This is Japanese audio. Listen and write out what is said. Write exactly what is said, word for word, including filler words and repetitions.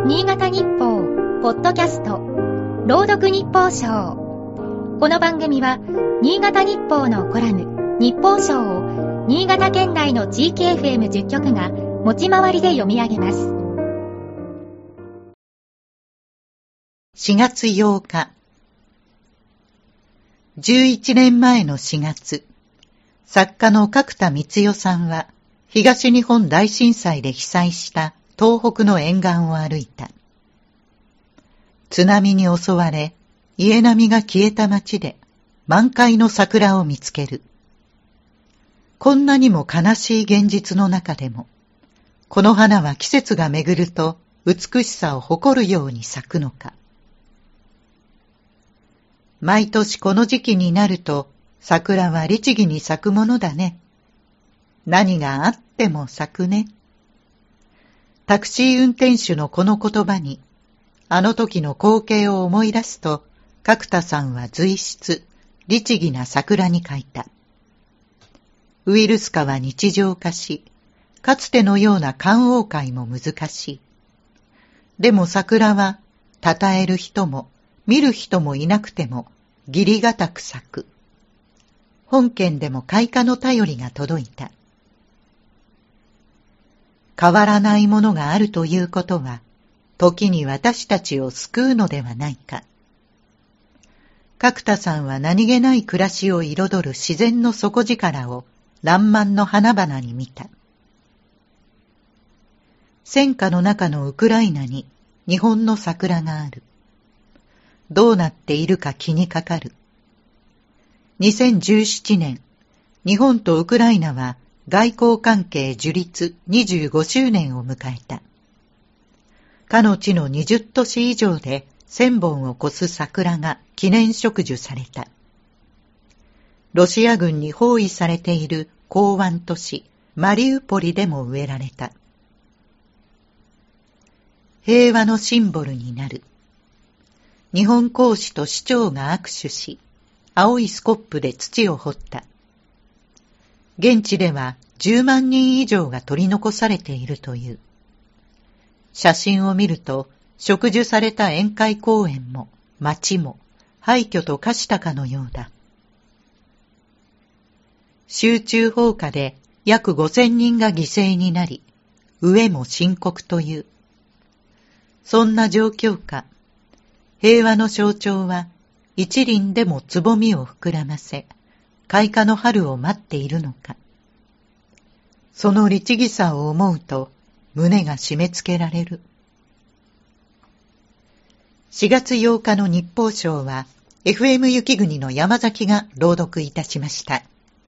新潟日報ポッドキャスト朗読日報賞。この番組は新潟日報のコラム日報賞を新潟県内の地域 エフエムじゅっ 局が持ち回りで読み上げます。 しがつようか、じゅういちねんまえのしがつ、作家の角田光代さんは東日本大震災で被災した東北の沿岸を歩いた。津波に襲われ、家並みが消えた町で満開の桜を見つける。こんなにも悲しい現実の中でも、この花は季節が巡ると美しさを誇るように咲くのか。毎年この時期になると、桜は律儀に咲くものだね。何があっても咲くね。タクシー運転手のこの言葉に、あの時の光景を思い出すと、角田さんは随筆、律儀な桜に書いた。ウイルス化は日常化し、かつてのような観桜会も難しい。でも桜は、称える人も、見る人もいなくても、義理がたく咲く。本県でも開花の便りが届いた。変わらないものがあるということは、時に私たちを救うのではないか。角田さんは何気ない暮らしを彩る自然の底力を爛漫の花々に見た。戦火の中のウクライナに日本の桜がある。どうなっているか気にかかる。にせんじゅうななねん、日本とウクライナは外交関係樹立にじゅうごしゅうねんを迎えた。かの地のにじゅっ都市以上でせんぼんを超す桜が記念植樹された。ロシア軍に包囲されている港湾都市マリウポリでも植えられた。平和のシンボルになる。日本公使と市長が握手し、青いスコップで土を掘った。現地ではじゅうまんにん以上が取り残されているという。写真を見ると、植樹された宴会公園も町も廃墟と化したかのようだ。集中放火で約ごせんにんが犠牲になり、飢えも深刻という。そんな状況下、平和の象徴は一輪でもつぼみを膨らませ、開花の春を待っているのか。その律儀さを思うと胸が締め付けられる。しがつようかの日報賞は エフエム 雪国の山崎が朗読いたしました。